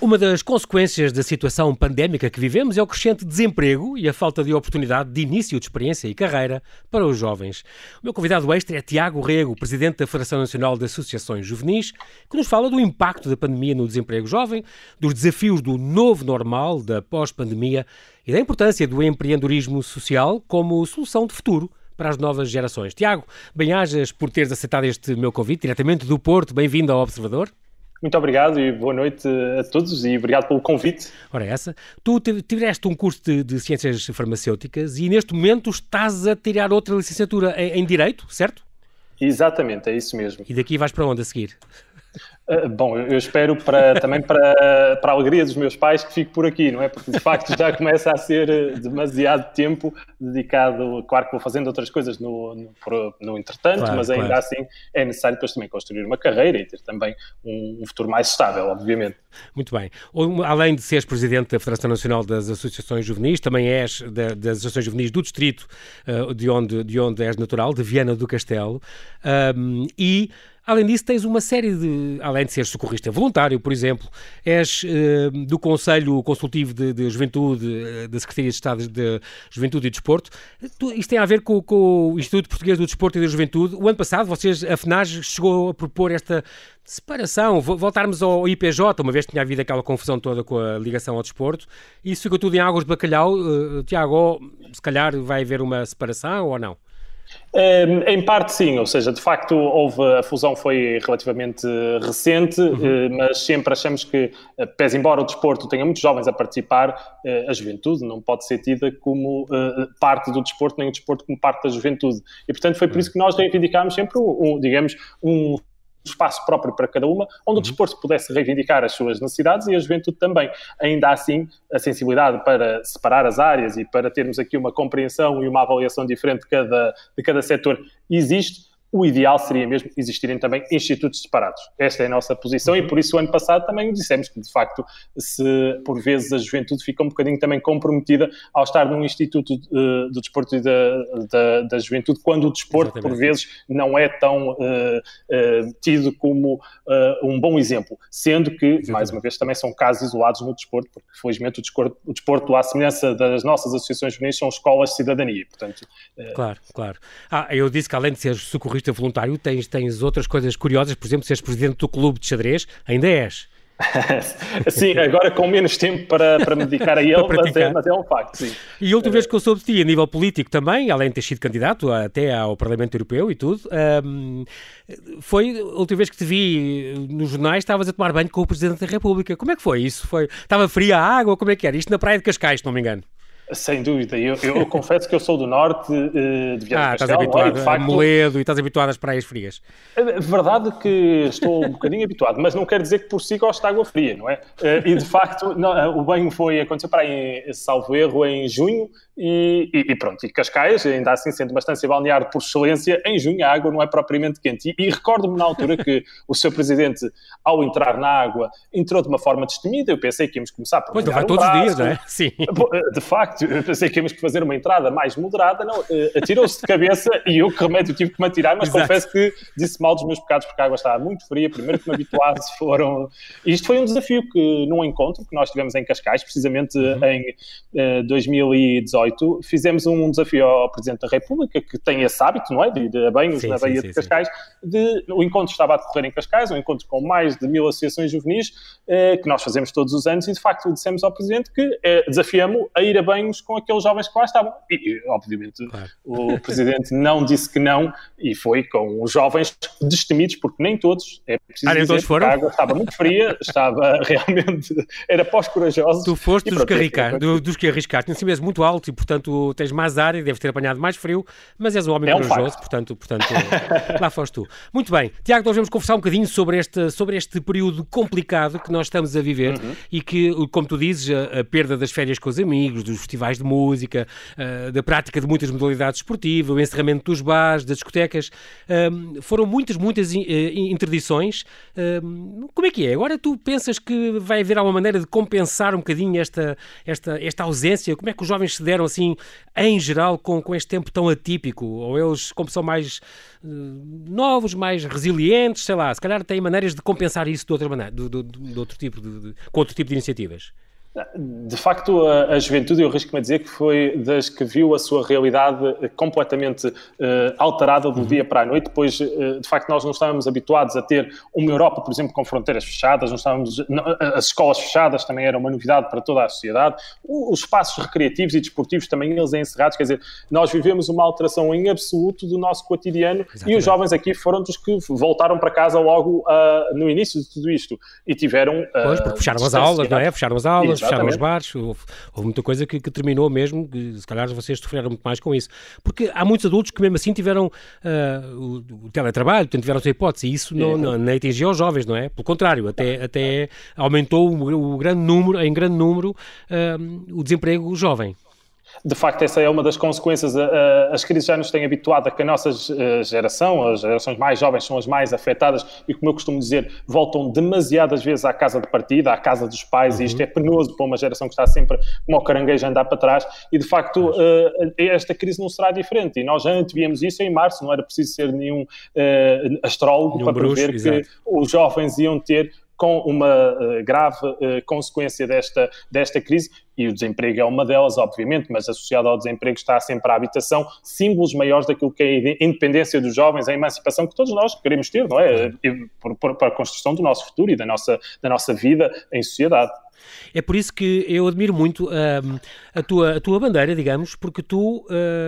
Uma das consequências da situação pandémica que vivemos é o crescente desemprego e a falta de oportunidade de início de experiência e carreira para os jovens. O meu convidado extra é Tiago Rego, presidente da Federação Nacional de Associações Juvenis, que nos fala do impacto da pandemia no desemprego jovem, dos desafios do novo normal, da pós-pandemia e da importância do empreendedorismo social como solução de futuro para as novas gerações. Tiago, bem-ajas por teres aceitado este meu convite, diretamente do Porto. Bem-vindo ao Observador. Muito obrigado e boa noite a todos e obrigado pelo convite. Ora essa, tu tiveste um curso de Ciências Farmacêuticas e neste momento estás a tirar outra licenciatura em Direito, certo? Exatamente, é isso mesmo. E daqui vais para onde a seguir? Bom, eu espero também para a alegria dos meus pais que fique por aqui, não é? Porque de facto já começa a ser demasiado tempo dedicado, claro que vou fazendo outras coisas no entretanto, claro, mas ainda claro. Assim é necessário depois também construir uma carreira e ter também um futuro mais estável, obviamente. Muito bem. Além de seres presidente da Federação Nacional das Associações Juvenis, também és das Associações Juvenis do Distrito de onde és natural, de Viana do Castelo, e além disso, tens uma série além de seres socorrista voluntário, por exemplo, és do Conselho Consultivo de Juventude, da Secretaria de Estado de Juventude e Desporto. Isto tem a ver com o Instituto Português do Desporto e da Juventude. O ano passado, a FNAJ chegou a propor esta separação, voltarmos ao IPJ, uma vez que tinha havido aquela confusão toda com a ligação ao desporto. Isso ficou tudo em águas de bacalhau. Tiago, se calhar vai haver uma separação ou não? Em parte sim, ou seja, de facto a fusão foi relativamente recente, mas sempre achamos que, pese embora o desporto tenha muitos jovens a participar, a juventude não pode ser tida como parte do desporto, nem o desporto como parte da juventude. E portanto foi por isso que nós reivindicámos sempre um espaço próprio para cada uma, onde o desporto pudesse reivindicar as suas necessidades e a juventude também. Ainda assim, a sensibilidade para separar as áreas e para termos aqui uma compreensão e uma avaliação diferente de cada setor existe. O ideal seria mesmo existirem também institutos separados. Esta é a nossa posição e por isso o ano passado também dissemos que, de facto, se por vezes a juventude fica um bocadinho também comprometida ao estar num instituto do desporto e da juventude, quando o desporto, Exatamente. Por vezes, não é tão tido como um bom exemplo. Sendo que, Exatamente. Mais uma vez, também são casos isolados no desporto, porque, felizmente, o desporto, à semelhança das nossas associações juvenis, são escolas de cidadania. Portanto, Claro. Eu disse que, além de ser socorrista voluntário, tens outras coisas curiosas, por exemplo, seres presidente do clube de xadrez, ainda és. Sim, agora com menos tempo para me dedicar a ele, mas é um facto, sim. E a última vez que eu soube de ti, a nível político também, além de ter sido candidato até ao Parlamento Europeu e tudo, foi a última vez que te vi nos jornais, estavas a tomar banho com o Presidente da República. Como é que foi isso? Estava fria a água? Como é que era? Isto na Praia de Cascais, se não me engano. Sem dúvida, eu confesso que eu sou do norte de Viana do Castelo. Estás habituado a Moledo e estás habituado às praias frias. É verdade que estou um bocadinho habituado, mas não quer dizer que por si gosto de água fria, não é? E de facto, o banho aconteceu para aí, salvo erro, em junho e pronto. E Cascais, ainda assim sendo uma estância balnear por excelência, em junho a água não é propriamente quente. E recordo-me na altura que o seu presidente, ao entrar na água, entrou de uma forma destemida. Eu pensei que íamos começar por vai todos os dias, não é? Sim. De facto, eu pensei que íamos fazer uma entrada mais moderada, não, atirou-se de cabeça e eu, que remédio, tive que me atirar, mas Exato. Confesso que disse mal dos meus pecados porque a água estava muito fria, primeiro que me habituasse Isto foi um desafio que, num encontro que nós tivemos em Cascais, precisamente em 2018, fizemos um desafio ao Presidente da República, que tem esse hábito, não é, de ir a banhos na Baía de Cascais. O encontro estava a decorrer em Cascais, um encontro com mais de 1000 associações juvenis, que nós fazemos todos os anos, e de facto dissemos ao Presidente que desafiamos a ir a banhos com aqueles jovens que lá estavam. E obviamente, claro, o Presidente não disse que não, e foi com os jovens destemidos, porque nem todos, é preciso dizer, todos foram? A água estava muito fria, estava realmente, era pós-corajosos. Tu foste dos que arriscaste, em cima és muito alto e, portanto, tens mais ar e deves ter apanhado mais frio, mas és um homem corajoso, portanto, lá foste tu. Muito bem, Tiago, nós vamos conversar um bocadinho sobre este período complicado que nós estamos a viver e que, como tu dizes, a perda das férias com os amigos, dos festivais festivais de música, da prática de muitas modalidades esportivas, o encerramento dos bares, das discotecas. Foram muitas interdições. Como é que é? Agora tu pensas que vai haver alguma maneira de compensar um bocadinho esta ausência? Como é que os jovens se deram assim, em geral, com este tempo tão atípico? Ou eles, como são mais novos, mais resilientes, sei lá, se calhar têm maneiras de compensar isso de outra maneira, de outro tipo com outro tipo de iniciativas? De facto, a juventude, eu arrisco-me a dizer que foi das que viu a sua realidade completamente alterada do dia para a noite, pois, de facto, nós não estávamos habituados a ter uma Europa, por exemplo, com fronteiras fechadas, as escolas fechadas também era uma novidade para toda a sociedade, os espaços recreativos e desportivos também eles encerrados, quer dizer, nós vivemos uma alteração em absoluto do nosso cotidiano. Exatamente. E os jovens aqui foram dos que voltaram para casa logo no início de tudo isto e tiveram... Pois, porque fecharam as aulas, não é? Fecharam as aulas, fecharam os bares, houve muita coisa que terminou mesmo, que se calhar vocês sofreram muito mais com isso. Porque há muitos adultos que mesmo assim tiveram o teletrabalho, portanto tiveram essa hipótese, e isso não atingiu os jovens, não é? Pelo contrário, até aumentou em grande número o desemprego jovem. De facto, essa é uma das consequências. As crises já nos têm habituado a que a nossa geração, as gerações mais jovens, são as mais afetadas e, como eu costumo dizer, voltam demasiadas vezes à casa de partida, à casa dos pais, e isto é penoso para uma geração que está sempre como o caranguejo a andar para trás. E, de facto, esta crise não será diferente. E nós já antevíamos isso em março, não era preciso ser nenhum astrólogo para prever que os jovens iam ter com uma grave consequência desta crise, e o desemprego é uma delas, obviamente, mas associado ao desemprego está sempre a habitação, símbolos maiores daquilo que é a independência dos jovens, a emancipação que todos nós queremos ter, não é? Para a construção do nosso futuro e da nossa vida em sociedade. É por isso que eu admiro muito a tua bandeira, digamos, porque tu...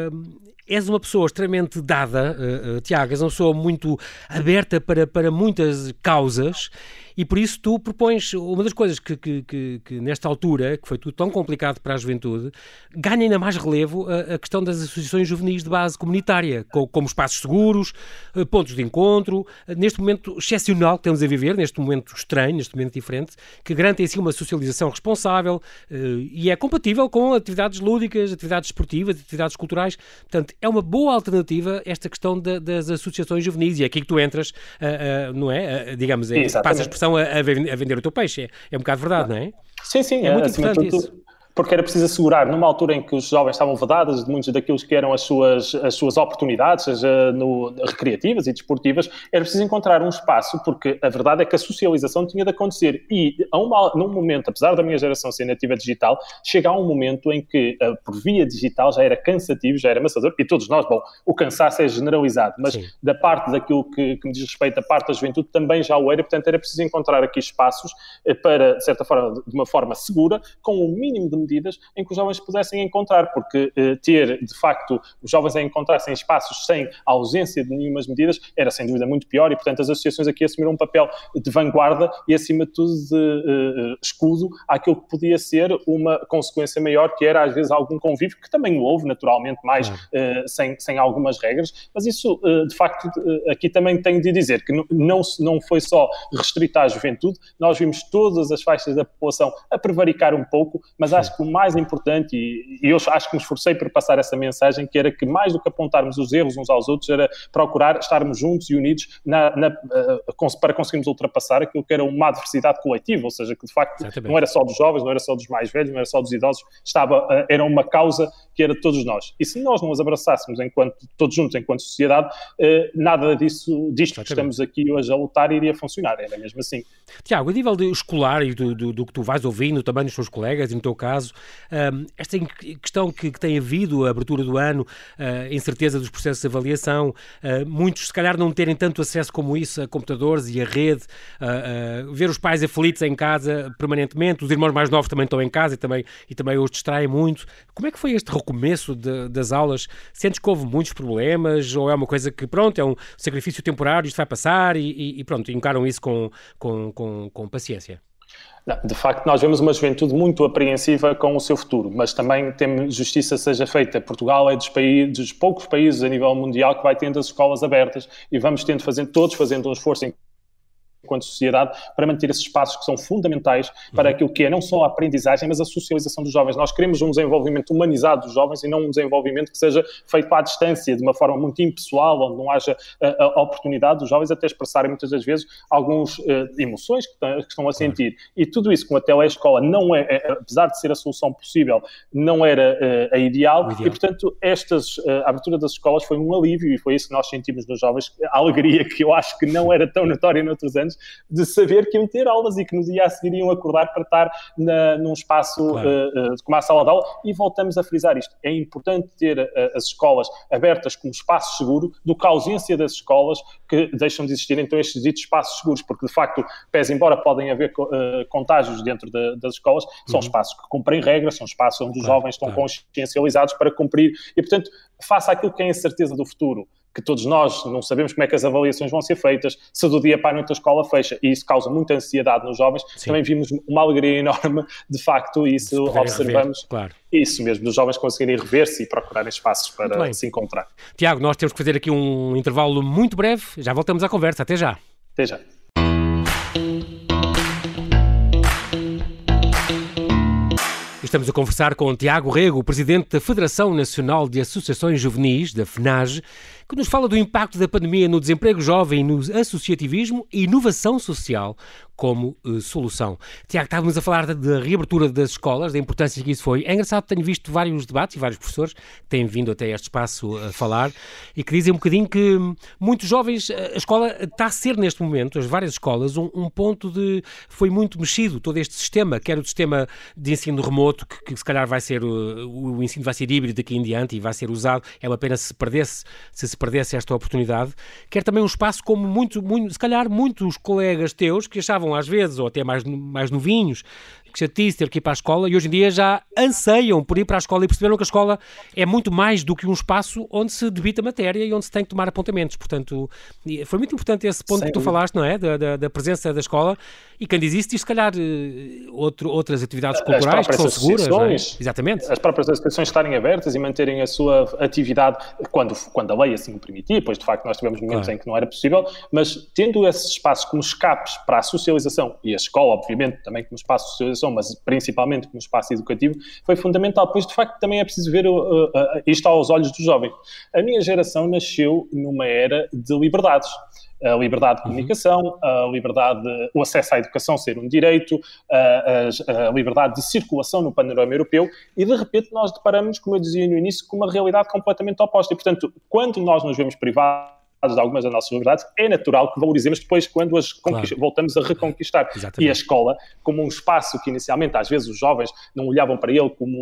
és uma pessoa extremamente dada, Tiago, és uma pessoa muito aberta para muitas causas, e por isso tu propões uma das coisas que nesta altura, que foi tudo tão complicado para a juventude, ganha ainda mais relevo a questão das associações juvenis de base comunitária, como espaços seguros, pontos de encontro, neste momento excepcional que estamos a viver, neste momento estranho, neste momento diferente, que garante em si uma socialização responsável e é compatível com atividades lúdicas, atividades esportivas, atividades culturais. Portanto, é uma boa alternativa esta questão das associações juvenis, e é aqui que tu entras, não é? Digamos, passas a expressão a vender o teu peixe. É um bocado verdade, não é? Sim, é muito importante isso. Porque era preciso assegurar, numa altura em que os jovens estavam vedados de muitos daquelos que eram as suas oportunidades, seja recreativas e desportivas, era preciso encontrar um espaço, porque a verdade é que a socialização tinha de acontecer. E num momento, apesar da minha geração ser nativa digital, chega a um momento em que, por via digital, já era cansativo, já era amassador, e todos nós, o cansaço é generalizado, mas sim, da parte daquilo que me diz respeito, a parte da juventude, também já o era, portanto era preciso encontrar aqui espaços para, de certa forma, de uma forma segura, com o mínimo de medidas em que os jovens pudessem encontrar, porque ter, de facto, os jovens a encontrar-se em espaços sem a ausência de nenhumas medidas era, sem dúvida, muito pior, e, portanto, as associações aqui assumiram um papel de vanguarda e, acima de tudo, de escudo àquilo que podia ser uma consequência maior, que era, às vezes, algum convívio, que também houve, naturalmente, mais sem algumas regras, mas isso, de facto, aqui também tenho de dizer que não foi só restrito à juventude, nós vimos todas as faixas da população a prevaricar um pouco, mas acho que o mais importante, e eu acho que me esforcei por passar essa mensagem, que era que mais do que apontarmos os erros uns aos outros, era procurar estarmos juntos e unidos para conseguirmos ultrapassar aquilo que era uma adversidade coletiva, ou seja, que de facto não era só dos jovens, não era só dos mais velhos, não era só dos idosos, era uma causa que era de todos nós. E se nós não as abraçássemos todos juntos enquanto sociedade, nada disto que estamos aqui hoje a lutar iria funcionar, era mesmo assim. Tiago, a nível escolar e do que tu vais ouvindo também nos teus colegas e no teu caso, esta questão que tem havido, a abertura do ano, a incerteza dos processos de avaliação, muitos se calhar não terem tanto acesso como isso a computadores e a rede, ver os pais aflitos em casa permanentemente, os irmãos mais novos também estão em casa e também os distraem muito. Como é que foi este recomeço das aulas? Sentes que houve muitos problemas ou é uma coisa que, pronto, é um sacrifício temporário, isto vai passar e pronto, encaram isso com paciência? Não, de facto, nós vemos uma juventude muito apreensiva com o seu futuro, mas também temos justiça seja feita. Portugal é dos poucos países a nível mundial que vai tendo as escolas abertas e vamos todos fazendo um esforço em enquanto sociedade, para manter esses espaços que são fundamentais para aquilo que é não só a aprendizagem, mas a socialização dos jovens. Nós queremos um desenvolvimento humanizado dos jovens e não um desenvolvimento que seja feito à distância, de uma forma muito impessoal, onde não haja a oportunidade dos jovens até expressarem muitas das vezes algumas emoções que estão a sentir. E tudo isso com a telescola não apesar de ser a solução possível, não era a ideal e, portanto, a abertura das escolas foi um alívio e foi isso que nós sentimos nos jovens, a alegria que eu acho que não era tão notória noutros anos, de saber que iam ter aulas e que no dia a seguir iam acordar para estar num espaço como a sala de aula. E voltamos a frisar isto. É importante ter as escolas abertas como espaço seguro, do que a ausência das escolas que deixam de existir então estes ditos espaços seguros, porque de facto, pese embora podem haver contágios dentro das escolas, são espaços que cumprem regras, são espaços onde os jovens estão consciencializados para cumprir e, portanto, faça aquilo que é a certeza do futuro, que todos nós não sabemos como é que as avaliações vão ser feitas, se do dia para a noite a escola fecha, e isso causa muita ansiedade nos jovens. Sim. Também vimos uma alegria enorme, de facto, e isso observamos. Claro. Isso mesmo, dos jovens conseguirem rever-se e procurarem espaços para se encontrar. Tiago, nós temos que fazer aqui um intervalo muito breve, já voltamos à conversa, até já. Até já. Estamos a conversar com Tiago Rego, presidente da Federação Nacional de Associações Juvenis, da FNAJ, que nos fala do impacto da pandemia no desemprego jovem, no associativismo e inovação social como solução. Tiago, estávamos a falar da reabertura das escolas, da importância que isso foi. É engraçado, tenho visto vários debates e vários professores que têm vindo até este espaço a falar e que dizem um bocadinho que muitos jovens, a escola está a ser neste momento, as várias escolas, um ponto de... Foi muito mexido todo este sistema, quer o sistema de ensino remoto, que se calhar vai ser, o ensino vai ser híbrido daqui em diante e vai ser usado, é uma pena se se perdesse esta oportunidade, quer também um espaço como se calhar muitos colegas teus que achavam às vezes, ou até mais novinhos, que chatice ter que ir para a escola e hoje em dia já anseiam por ir para a escola e perceberam que a escola é muito mais do que um espaço onde se debita matéria e onde se tem que tomar apontamentos. Portanto, foi muito importante esse ponto que tu falaste, não é? Da presença da escola e quem diz isso diz se calhar outras atividades culturais que são seguras. Não é? Exatamente. As próprias associações estarem abertas e manterem a sua atividade quando a lei assim o permitia, pois de facto nós tivemos momentos em que não era possível, mas tendo esses espaços como escapes para a socialização e a escola, obviamente, também como espaço de socialização, mas principalmente como espaço educativo, foi fundamental. Pois, de facto, também é preciso ver isto aos olhos dos jovens. A minha geração nasceu numa era de liberdades. A liberdade de comunicação, a liberdade, o acesso à educação ser um direito, a liberdade de circulação no panorama europeu e, de repente, nós deparamos, como eu dizia no início, com uma realidade completamente oposta. E, portanto, quando nós nos vemos privados de algumas das nossas liberdades, é natural que valorizemos depois quando as voltamos a reconquistar. Exatamente. E a escola, como um espaço que inicialmente, às vezes, os jovens não olhavam para ele como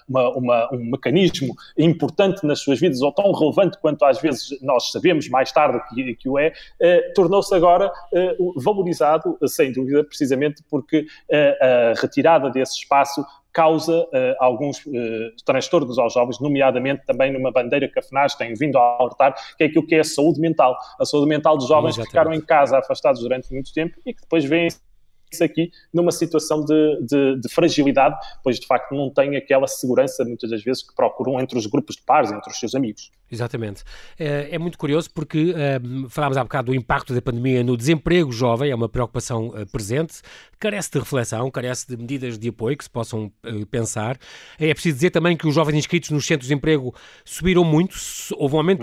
um mecanismo importante nas suas vidas, ou tão relevante quanto às vezes nós sabemos mais tarde que o é, tornou-se agora valorizado, sem dúvida, precisamente porque a retirada desse espaço causa alguns transtornos aos jovens, nomeadamente também numa bandeira que a FNAJ tem vindo a alertar, que é aquilo que é a saúde mental. A saúde mental dos jovens que ficaram em casa afastados durante muito tempo e que depois vêm isso aqui numa situação de fragilidade, pois de facto não têm aquela segurança muitas das vezes que procuram entre os grupos de pares, entre os seus amigos. Exatamente. É muito curioso porque falámos há bocado do impacto da pandemia no desemprego jovem, é uma preocupação presente, carece de reflexão, carece de medidas de apoio que se possam pensar. É preciso dizer também que os jovens inscritos nos centros de emprego subiram muito, houve um aumento de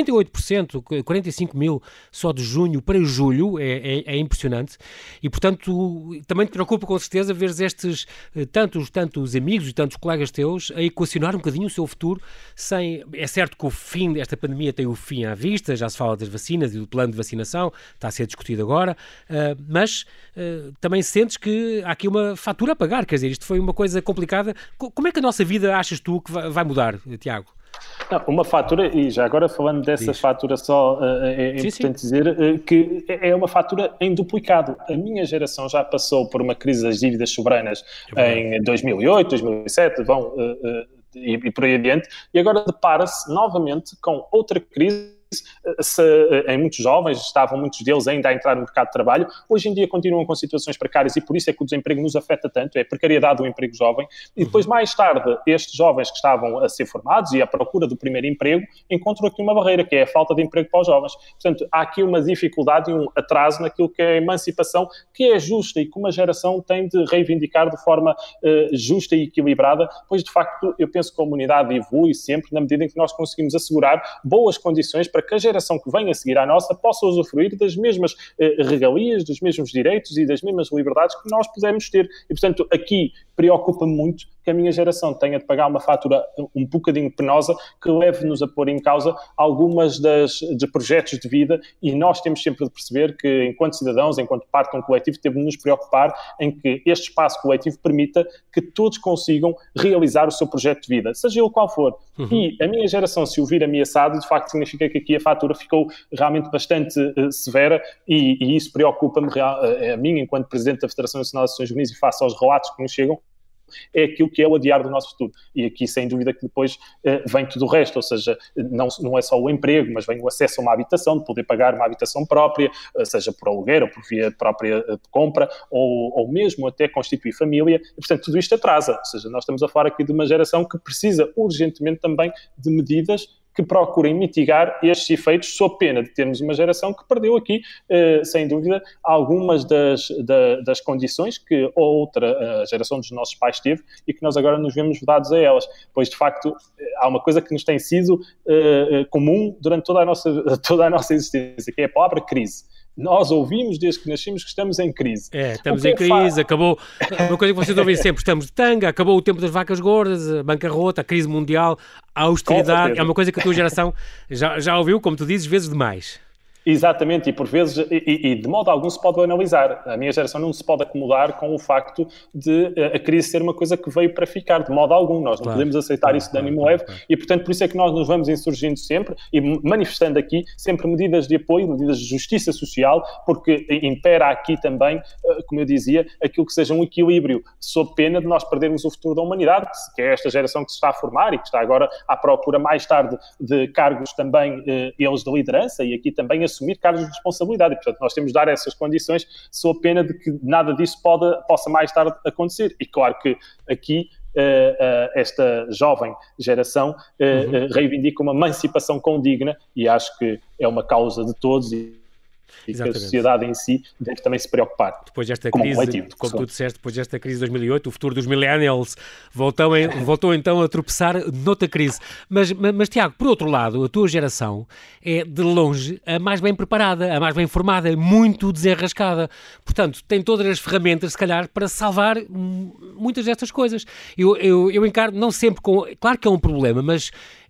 58%, 45 mil só de junho para julho, é impressionante. E, portanto, também te preocupa com certeza ver estes tantos amigos e tantos colegas teus a equacionar um bocadinho o seu futuro sem... É certo que o fim desta pandemia tem o fim à vista, já se fala das vacinas e do plano de vacinação, está a ser discutido agora, mas também sentes que há aqui uma fatura a pagar, quer dizer, isto foi uma coisa complicada. Como é que a nossa vida achas tu que vai mudar, Tiago? Não, uma fatura, e já agora falando dessa fatura só, é importante dizer que é uma fatura em duplicado. A minha geração já passou por uma crise das dívidas soberanas em 2008, 2007, e por aí adiante, e agora depara-se novamente com outra crise em muitos jovens, estavam muitos deles ainda a entrar no mercado de trabalho, hoje em dia continuam com situações precárias e por isso é que o desemprego nos afeta tanto, é a precariedade do emprego jovem, e depois mais tarde estes jovens que estavam a ser formados e à procura do primeiro emprego, encontram aqui uma barreira, que é a falta de emprego para os jovens. Portanto, há aqui uma dificuldade e um atraso naquilo que é a emancipação, que é justa e que uma geração tem de reivindicar de forma justa e equilibrada, pois de facto eu penso que a humanidade evolui sempre na medida em que nós conseguimos assegurar boas condições para que a geração que vem a seguir à nossa possa usufruir das mesmas regalias, dos mesmos direitos e das mesmas liberdades que nós pudermos ter. E, portanto, aqui preocupa-me muito que a minha geração tenha de pagar uma fatura um bocadinho penosa que leve-nos a pôr em causa algumas de projetos de vida, e nós temos sempre de perceber que, enquanto cidadãos, enquanto parte de um coletivo, temos de nos preocupar em que este espaço coletivo permita que todos consigam realizar o seu projeto de vida, seja ele qual for. E a minha geração, se o vir ameaçado, de facto significa que aqui a fatura ficou realmente bastante severa, e isso preocupa-me a mim, enquanto Presidente da Federação Nacional de Associações Juvenis, e face aos relatos que nos chegam, é aquilo que é o adiar do nosso futuro. E aqui, sem dúvida, que depois vem tudo o resto, ou seja, não é só o emprego, mas vem o acesso a uma habitação, de poder pagar uma habitação própria, seja por aluguer ou por via própria de compra, ou mesmo até constituir família. E, portanto, tudo isto atrasa. Ou seja, nós estamos a falar aqui de uma geração que precisa urgentemente também de medidas que procurem mitigar estes efeitos, sob pena de termos uma geração que perdeu aqui, sem dúvida, algumas das condições que a outra geração dos nossos pais teve e que nós agora nos vemos vedados a elas. Pois, de facto, há uma coisa que nos tem sido comum durante toda a nossa existência, que é a palavra crise. Nós ouvimos desde que nascemos que estamos em crise. Estamos em crise, acabou... Uma coisa que vocês ouvem sempre, estamos de tanga, acabou o tempo das vacas gordas, a bancarrota, a crise mundial, a austeridade. É uma coisa que a tua geração já ouviu, como tu dizes, vezes demais. Exatamente, e por vezes, e de modo algum se pode analisar. A minha geração não se pode acomodar com o facto de a crise ser uma coisa que veio para ficar, de modo algum. Nós não podemos aceitar isso de ânimo leve, e portanto por isso é que nós nos vamos insurgindo sempre e manifestando aqui sempre medidas de apoio, medidas de justiça social, porque impera aqui também, como eu dizia, aquilo que seja um equilíbrio, sob pena de nós perdermos o futuro da humanidade, que é esta geração que se está a formar e que está agora à procura mais tarde de cargos também, eles de liderança, e aqui também assumir cargos de responsabilidade, e portanto nós temos de dar essas condições, sob pena de que nada disso possa mais tarde acontecer. E claro que aqui esta jovem geração reivindica uma emancipação condigna, e acho que é uma causa de todos e que a sociedade em si deve também se preocupar. Depois desta crise, como tu disseste, depois desta crise de 2008, o futuro dos millennials voltou então a tropeçar noutra crise. Mas Tiago, por outro lado, a tua geração é de longe a mais bem preparada, a mais bem formada, muito desenrascada. Portanto, tem todas as ferramentas, se calhar, para salvar muitas destas coisas. Eu encaro, não sempre com... Claro que é um problema, mas...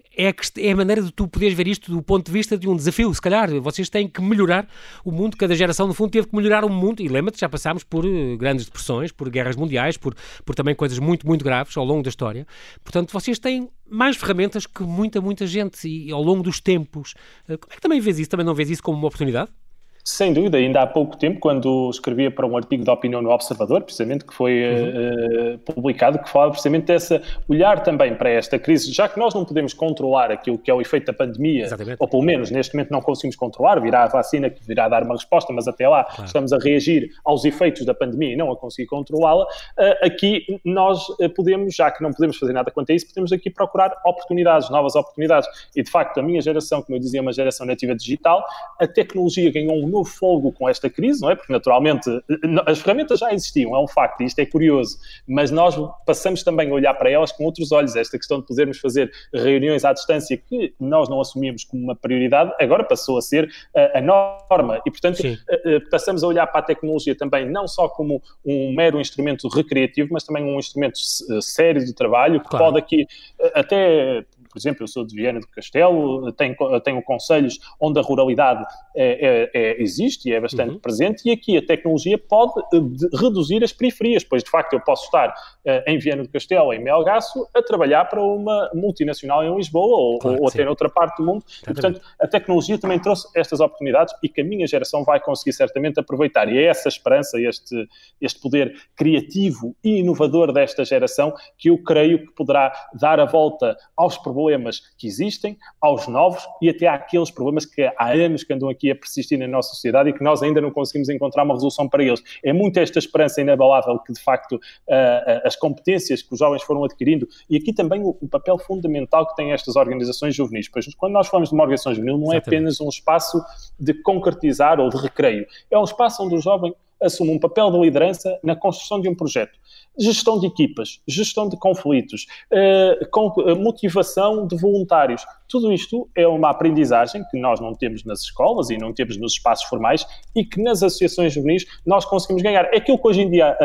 É a maneira de tu poderes ver isto do ponto de vista de um desafio. Se calhar, vocês têm que melhorar o mundo. Cada geração, no fundo, teve que melhorar o mundo. E lembra-te, já passámos por grandes depressões, por guerras mundiais, por também coisas muito, muito graves ao longo da história. Portanto, vocês têm mais ferramentas que muita gente e ao longo dos tempos. Como é que também vês isso? Também não vês isso como uma oportunidade? Sem dúvida, ainda há pouco tempo, quando escrevia para um artigo de opinião no Observador, precisamente, que foi publicado, que falava precisamente desse olhar também para esta crise, já que nós não podemos controlar aquilo que é o efeito da pandemia, ou pelo menos neste momento não conseguimos controlar, virá a vacina que virá a dar uma resposta, mas até lá estamos a reagir aos efeitos da pandemia e não a conseguir controlá-la. Aqui nós podemos, já que não podemos fazer nada quanto a isso, podemos aqui procurar oportunidades, novas oportunidades. E de facto a minha geração, como eu dizia, é uma geração nativa digital, a tecnologia ganhou um novo fogo com esta crise, não é? Porque naturalmente as ferramentas já existiam, é um facto, e isto é curioso, mas nós passamos também a olhar para elas com outros olhos. Esta questão de podermos fazer reuniões à distância que nós não assumíamos como uma prioridade, agora passou a ser a norma, e portanto passamos a olhar para a tecnologia também não só como um mero instrumento recreativo, mas também um instrumento sério de trabalho, que pode aqui até... Por exemplo, eu sou de Viana do Castelo, tenho concelhos onde a ruralidade existe e é bastante presente, e aqui a tecnologia pode reduzir as periferias, pois de facto eu posso estar em Viana do Castelo, em Melgaço, a trabalhar para uma multinacional em Lisboa ou até noutra parte do mundo. E, portanto, a tecnologia também trouxe estas oportunidades e que a minha geração vai conseguir certamente aproveitar. E é essa esperança, este poder criativo e inovador desta geração que eu creio que poderá dar a volta aos problemas problemas que existem, aos novos e até àqueles problemas que há anos que andam aqui a persistir na nossa sociedade e que nós ainda não conseguimos encontrar uma resolução para eles. É muito esta esperança inabalável que, de facto, as competências que os jovens foram adquirindo e aqui também o papel fundamental que têm estas organizações juvenis. Pois, quando nós falamos de uma organização juvenil, não é apenas um espaço de concretizar ou de recreio. É um espaço onde o jovem assume um papel de liderança na construção de um projeto. Gestão de equipas, gestão de conflitos, motivação de voluntários. Tudo isto é uma aprendizagem que nós não temos nas escolas e não temos nos espaços formais e que nas associações juvenis nós conseguimos ganhar. É aquilo que hoje em dia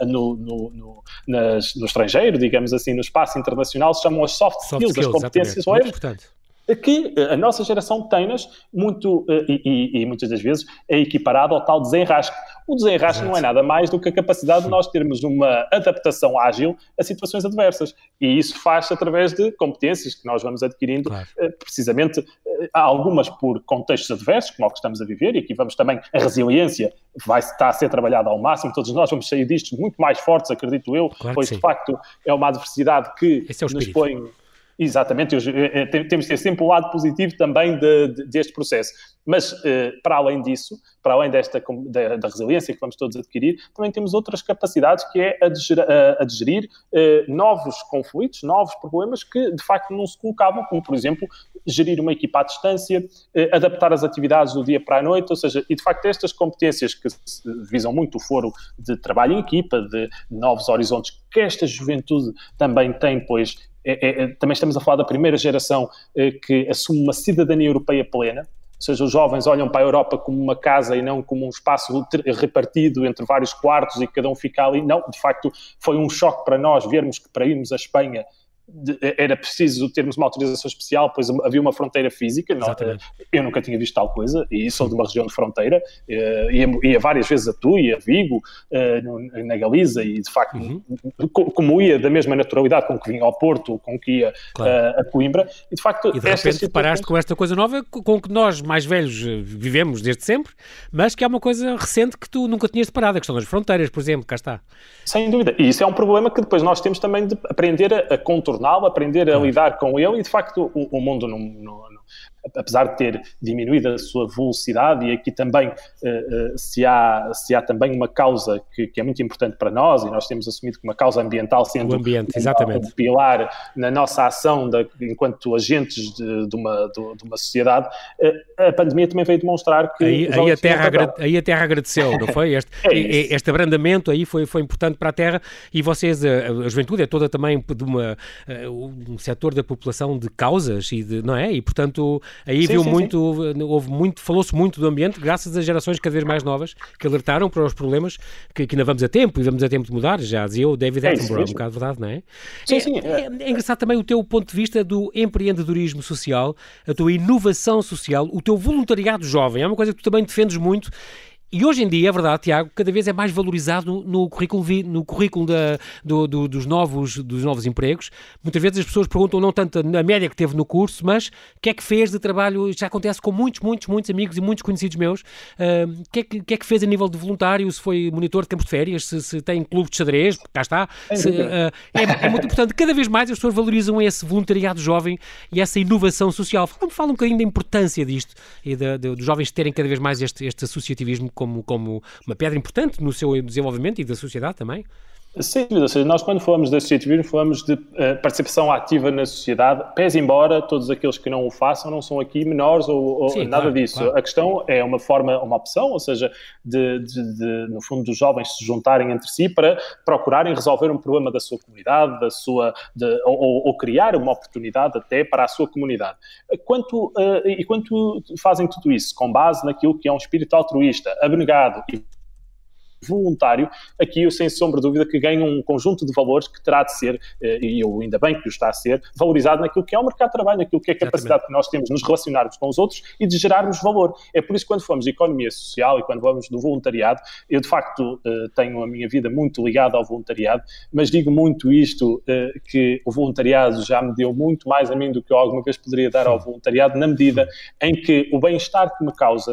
no estrangeiro, digamos assim, no espaço internacional, se chamam as soft skills, as competências leves, que a nossa geração tem-nas muito, e muitas das vezes é equiparado ao tal desenrasque. O desenrasque não é nada mais do que a capacidade de nós termos uma adaptação ágil a situações adversas. E isso faz através de competências que nós vamos adquirindo, precisamente, algumas por contextos adversos, como o que estamos a viver, e aqui vamos também, a resiliência vai estar a ser trabalhada ao máximo, todos nós vamos sair disto muito mais fortes, acredito eu, pois de facto é uma adversidade que nos põe... Exatamente, temos que ter sempre um lado positivo também deste processo. Mas, para além disso, para além da resiliência que vamos todos adquirir, também temos outras capacidades, que é a de gerir novos conflitos, novos problemas que, de facto, não se colocavam, como, por exemplo, gerir uma equipa à distância, adaptar as atividades do dia para a noite, ou seja, e, de facto, estas competências que visam muito o foro de trabalho em equipa, de novos horizontes, que esta juventude também tem, pois... também estamos a falar da primeira geração que assume uma cidadania europeia plena, ou seja, os jovens olham para a Europa como uma casa e não como um espaço repartido entre vários quartos e cada um fica ali. Não, de facto, foi um choque para nós vermos que para irmos à Espanha era preciso termos uma autorização especial, pois havia uma fronteira física. Eu nunca tinha visto tal coisa, e sou de uma região de fronteira, ia várias vezes a Tui, a Vigo, na Galiza, e de facto, como ia da mesma naturalidade com que vinha ao Porto, com que ia a Coimbra, e de facto... E de repente paraste com esta coisa nova, com que nós, mais velhos, vivemos desde sempre, mas que é uma coisa recente que tu nunca tinhas deparado, a questão das fronteiras, por exemplo, cá está. Sem dúvida, e isso é um problema que depois nós temos também de aprender a contornar, aprender a lidar com ele, e de facto o mundo apesar de ter diminuído a sua velocidade, e aqui também se há também uma causa que é muito importante para nós, e nós temos assumido que uma causa ambiental sendo um pilar na nossa ação enquanto agentes de uma sociedade, a pandemia também veio demonstrar que... Aí a Terra agradeceu, não foi? Este abrandamento aí foi importante para a Terra, e vocês, a juventude é toda também de um setor da população de causas, não é? E portanto... Aí falou-se muito do ambiente, graças às gerações cada vez mais novas que alertaram para os problemas que ainda vamos a tempo, e vamos a tempo de mudar, já dizia o David Attenborough, um bocado verdade, não é? É engraçado também o teu ponto de vista do empreendedorismo social, a tua inovação social, o teu voluntariado jovem, é uma coisa que tu também defendes muito. E hoje em dia, é verdade, Tiago, cada vez é mais valorizado no currículo dos novos empregos. Muitas vezes as pessoas perguntam não tanto a média que teve no curso, mas o que é que fez de trabalho. Isto já acontece com muitos amigos e muitos conhecidos meus. O que é que fez a nível de voluntário? Se foi monitor de campos de férias, se tem clube de xadrez, cá está. É muito importante. Cada vez mais as pessoas valorizam esse voluntariado jovem e essa inovação social. Fala um bocadinho da importância disto e dos jovens terem cada vez mais este associativismo como uma pedra importante no seu desenvolvimento e da sociedade também? Sem dúvida, ou seja, nós quando falamos de associativismo falamos de participação ativa na sociedade, pese embora todos aqueles que não o façam não são aqui menores ou sim, nada disso. Claro. A questão é uma opção, ou seja, no fundo dos jovens se juntarem entre si para procurarem resolver um problema da sua comunidade, ou criar uma oportunidade até para a sua comunidade. Quanto fazem tudo isso com base naquilo que é um espírito altruísta, abnegado e voluntário, aqui eu sem sombra de dúvida que ganha um conjunto de valores que terá de ser, e eu ainda bem que o está a ser, valorizado naquilo que é o mercado de trabalho, naquilo que é a capacidade que nós temos de nos relacionarmos com os outros e de gerarmos valor. É por isso que quando falamos de economia social e quando falamos do voluntariado, eu de facto tenho a minha vida muito ligada ao voluntariado, mas digo muito isto, que o voluntariado já me deu muito mais a mim do que eu alguma vez poderia dar ao voluntariado, na medida em que o bem-estar que me causa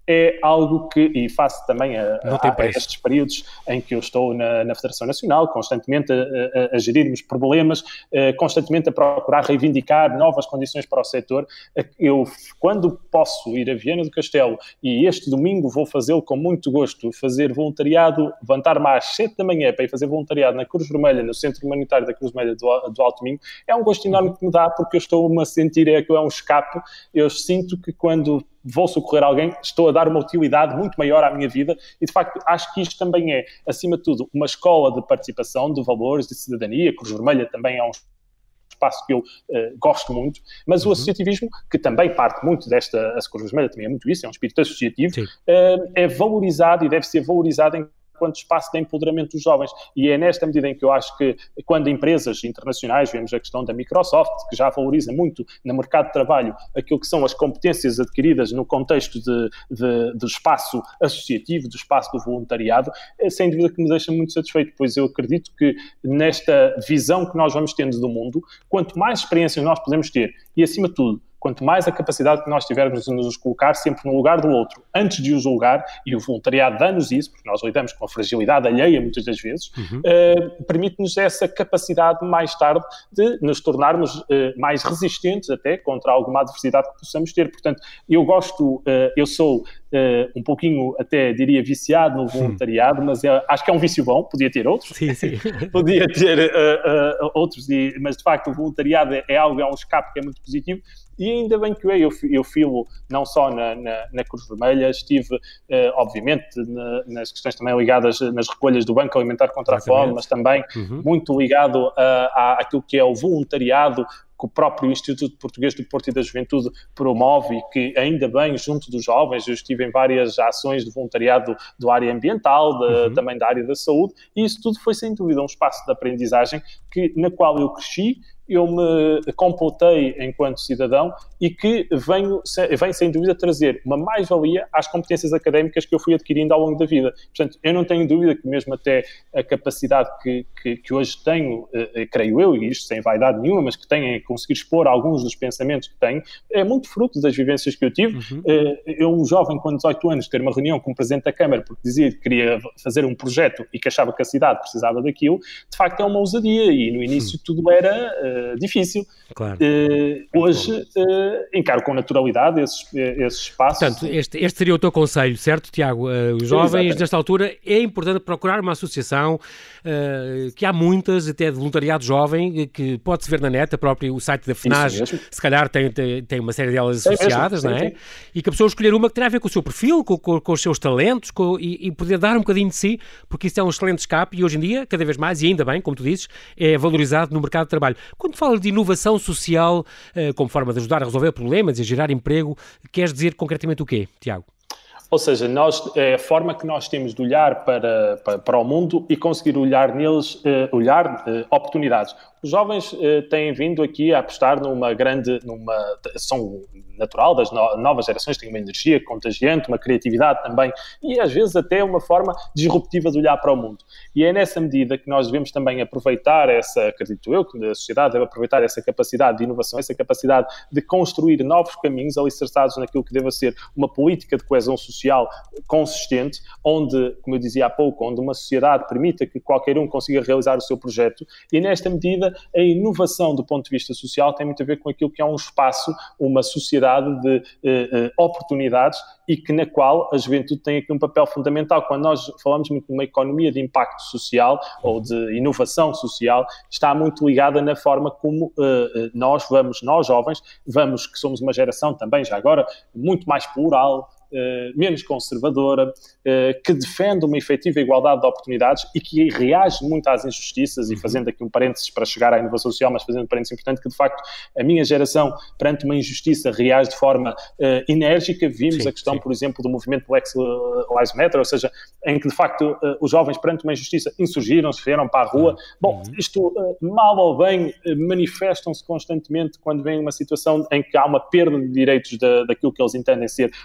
é algo que, e faço também a estes períodos em que eu estou na Federação Nacional, constantemente a gerirmos problemas, constantemente a procurar reivindicar novas condições para o setor. Eu, quando posso ir a Viana do Castelo, e este domingo vou fazê-lo com muito gosto, fazer voluntariado, levantar-me às 7 da manhã para ir fazer voluntariado na Cruz Vermelha, no Centro Humanitário da Cruz Vermelha do Alto Minho, é um gosto enorme que me dá, porque eu estou-me a sentir que é um escape. Eu sinto que quando vou socorrer alguém, estou a dar uma utilidade muito maior à minha vida e, de facto, acho que isto também é, acima de tudo, uma escola de participação, de valores, de cidadania. A Cruz Vermelha também é um espaço que eu gosto muito, mas o associativismo, que também parte muito desta, a Cruz Vermelha também é muito isso, é um espírito associativo, é valorizado e deve ser valorizado enquanto espaço de empoderamento dos jovens. E é nesta medida em que eu acho que, quando empresas internacionais, vemos a questão da Microsoft, que já valoriza muito no mercado de trabalho aquilo que são as competências adquiridas no contexto do espaço associativo, do espaço do voluntariado, é sem dúvida que me deixa muito satisfeito, pois eu acredito que nesta visão que nós vamos tendo do mundo, quanto mais experiências nós podemos ter, e acima de tudo, quanto mais a capacidade que nós tivermos de nos colocar sempre no lugar do outro, antes de o julgar, e o voluntariado dá-nos isso, porque nós lidamos com a fragilidade alheia muitas das vezes, permite-nos essa capacidade mais tarde de nos tornarmos mais resistentes até contra alguma adversidade que possamos ter. Portanto, eu sou um pouquinho, até diria, viciado no voluntariado, mas acho que é um vício bom, podia ter outros, podia ter outros, mas de facto o voluntariado é um escape que é muito positivo. E ainda bem que eu filo não só na Cruz Vermelha, estive, obviamente, nas questões também ligadas nas recolhas do Banco Alimentar contra a Fome, mas também muito ligado àquilo que é o voluntariado que o próprio Instituto Português do Desporto e da Juventude promove, e que, ainda bem, junto dos jovens, eu estive em várias ações de voluntariado da área ambiental, também da área da saúde, e isso tudo foi, sem dúvida, um espaço de aprendizagem na qual eu cresci, eu me completei enquanto cidadão e que vem sem dúvida trazer uma mais-valia às competências académicas que eu fui adquirindo ao longo da vida. Portanto, eu não tenho dúvida que mesmo até a capacidade que hoje tenho, creio eu, e isto sem vaidade nenhuma, mas que tenho em conseguir expor alguns dos pensamentos que tenho, é muito fruto das vivências que eu tive. Eu, um jovem com 18 anos, ter uma reunião com o Presidente da Câmara porque dizia que queria fazer um projeto e que achava que a cidade precisava daquilo, de facto é uma ousadia, e no início tudo era difícil. Claro. Hoje encaro com naturalidade esses espaços. Portanto, este seria o teu conselho, certo, Tiago? Os jovens, nesta altura, é importante procurar uma associação, que há muitas, até de voluntariado jovem, que pode-se ver na net, o site da FNAG, se calhar tem uma série delas associadas, não é? E que a pessoa escolher uma que terá a ver com o seu perfil, com os seus talentos, e poder dar um bocadinho de si, porque isso é um excelente escape, e hoje em dia, cada vez mais, e ainda bem, como tu dizes, é valorizado no mercado de trabalho. Quando falas de inovação social, como forma de ajudar a resolver problemas e a gerar emprego, queres dizer concretamente o quê, Tiago? Ou seja, é a forma que nós temos de olhar para o mundo e conseguir olhar neles, oportunidades. Os jovens têm vindo aqui a apostar são natural das novas gerações, têm uma energia contagiante, uma criatividade também, e às vezes até uma forma disruptiva de olhar para o mundo. E é nessa medida que nós devemos também aproveitar acredito eu, que a sociedade deve aproveitar essa capacidade de inovação, essa capacidade de construir novos caminhos alicerçados naquilo que deva ser uma política de coesão social consistente, onde, como eu dizia há pouco, onde uma sociedade permita que qualquer um consiga realizar o seu projeto, e nesta medida a inovação do ponto de vista social tem muito a ver com aquilo que é um espaço, uma sociedade de oportunidades, e que na qual a juventude tem aqui um papel fundamental. Quando nós falamos muito de uma economia de impacto social ou de inovação social, está muito ligada na forma como nós jovens, que somos uma geração também, já agora, muito mais plural, menos conservadora, que defende uma efetiva igualdade de oportunidades e que reage muito às injustiças, e fazendo aqui um parênteses para chegar à inovação social, mas fazendo um parênteses importante, que de facto a minha geração, perante uma injustiça, reage de forma enérgica. Vimos a questão, por exemplo, do movimento Black Lives Matter, ou seja, em que de facto os jovens, perante uma injustiça, insurgiram-se, vieram para a rua. Bom, isto, mal ou bem, manifestam-se constantemente quando vem uma situação em que há uma perda de direitos daquilo que eles entendem ser um espaço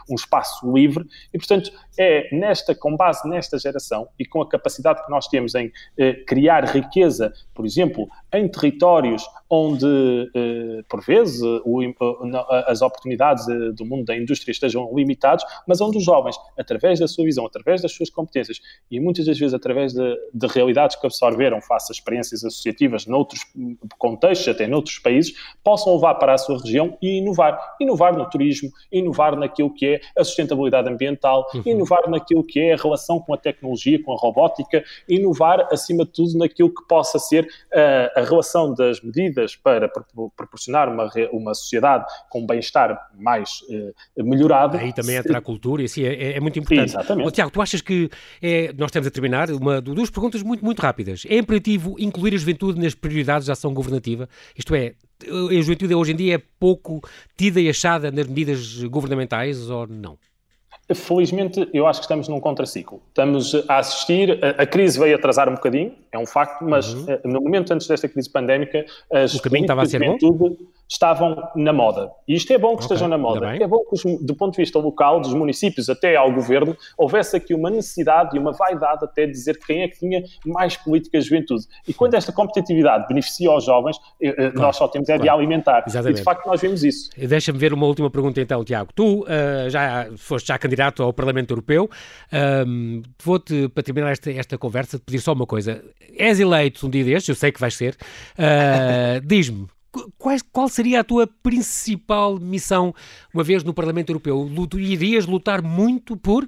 espaço livre e, portanto, com base nesta geração e com a capacidade que nós temos em criar riqueza, por exemplo, em territórios onde, por vezes, as oportunidades do mundo da indústria estejam limitadas, mas onde os jovens, através da sua visão, através das suas competências e muitas das vezes através de realidades que absorveram face a experiências associativas noutros contextos, até noutros países, possam levar para a sua região e inovar no turismo, inovar naquilo que é a sustentabilidade ambiental, inovar naquilo que é a relação com a tecnologia, com a robótica, inovar, acima de tudo, naquilo que possa ser a relação das medidas para proporcionar uma sociedade com bem-estar mais melhorado. Aí também entra a cultura e assim é muito importante. Exatamente. Tiago, tu achas que nós estamos a terminar duas perguntas muito, muito rápidas. É imperativo incluir a juventude nas prioridades da ação governativa? Isto é, a juventude hoje em dia é pouco tida e achada nas medidas governamentais ou não? Felizmente, eu acho que estamos num contraciclo. Estamos a assistir, a crise veio atrasar um bocadinho, é um facto, mas no momento antes desta crise pandémica, as políticas de juventude estavam na moda. E isto é bom que estejam na moda. É bom que, do ponto de vista local, dos municípios até ao governo, houvesse aqui uma necessidade e uma vaidade até de dizer quem é que tinha mais políticas de juventude. E quando esta competitividade beneficia os jovens, nós só temos de alimentar. Exatamente. E de facto nós vemos isso. Deixa-me ver uma última pergunta então, Tiago. Tu já foste candidato ao Parlamento Europeu. Vou-te, para terminar esta conversa, pedir só uma coisa. És eleito um dia destes, eu sei que vais ser. Diz-me, qual seria a tua principal missão uma vez no Parlamento Europeu? Tu irias lutar muito por?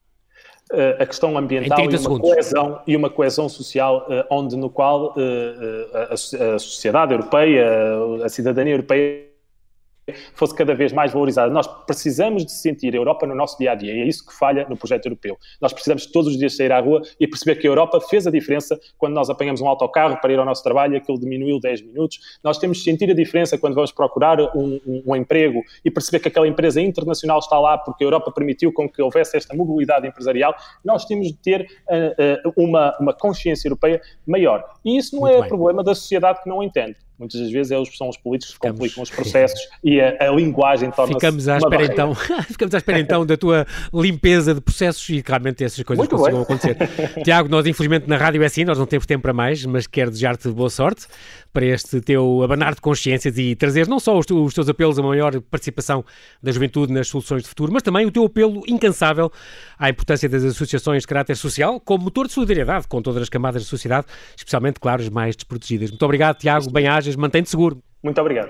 A questão ambiental e uma coesão social no qual a sociedade europeia, a cidadania europeia fosse cada vez mais valorizada. Nós precisamos de sentir a Europa no nosso dia-a-dia e é isso que falha no projeto europeu. Nós precisamos todos os dias sair à rua e perceber que a Europa fez a diferença quando nós apanhamos um autocarro para ir ao nosso trabalho e aquilo diminuiu 10 minutos. Nós temos de sentir a diferença quando vamos procurar um emprego e perceber que aquela empresa internacional está lá porque a Europa permitiu com que houvesse esta mobilidade empresarial. Nós temos de ter uma consciência europeia maior. E isso não é o problema da sociedade que não entende. Muitas das vezes são os políticos que complicam os processos e a linguagem torna-se Ficamos à espera então da tua limpeza de processos e claramente essas coisas consigam acontecer. Tiago, nós infelizmente na rádio é assim, nós não temos tempo para mais, mas quero desejar-te boa sorte para este teu abanar de consciências e trazer não só os teus apelos a maior participação da juventude nas soluções de futuro, mas também o teu apelo incansável à importância das associações de caráter social como motor de solidariedade com todas as camadas da sociedade, especialmente, claro, as mais desprotegidas. Muito obrigado, Tiago, bem-ajas, mantém-te seguro. Muito obrigado.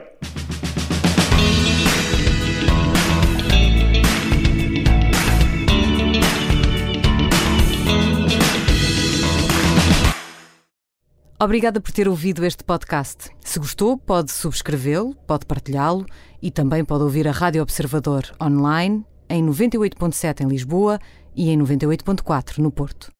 Obrigada por ter ouvido este podcast. Se gostou, pode subscrevê-lo, pode partilhá-lo e também pode ouvir a Rádio Observador online em 98.7 em Lisboa e em 98.4 no Porto.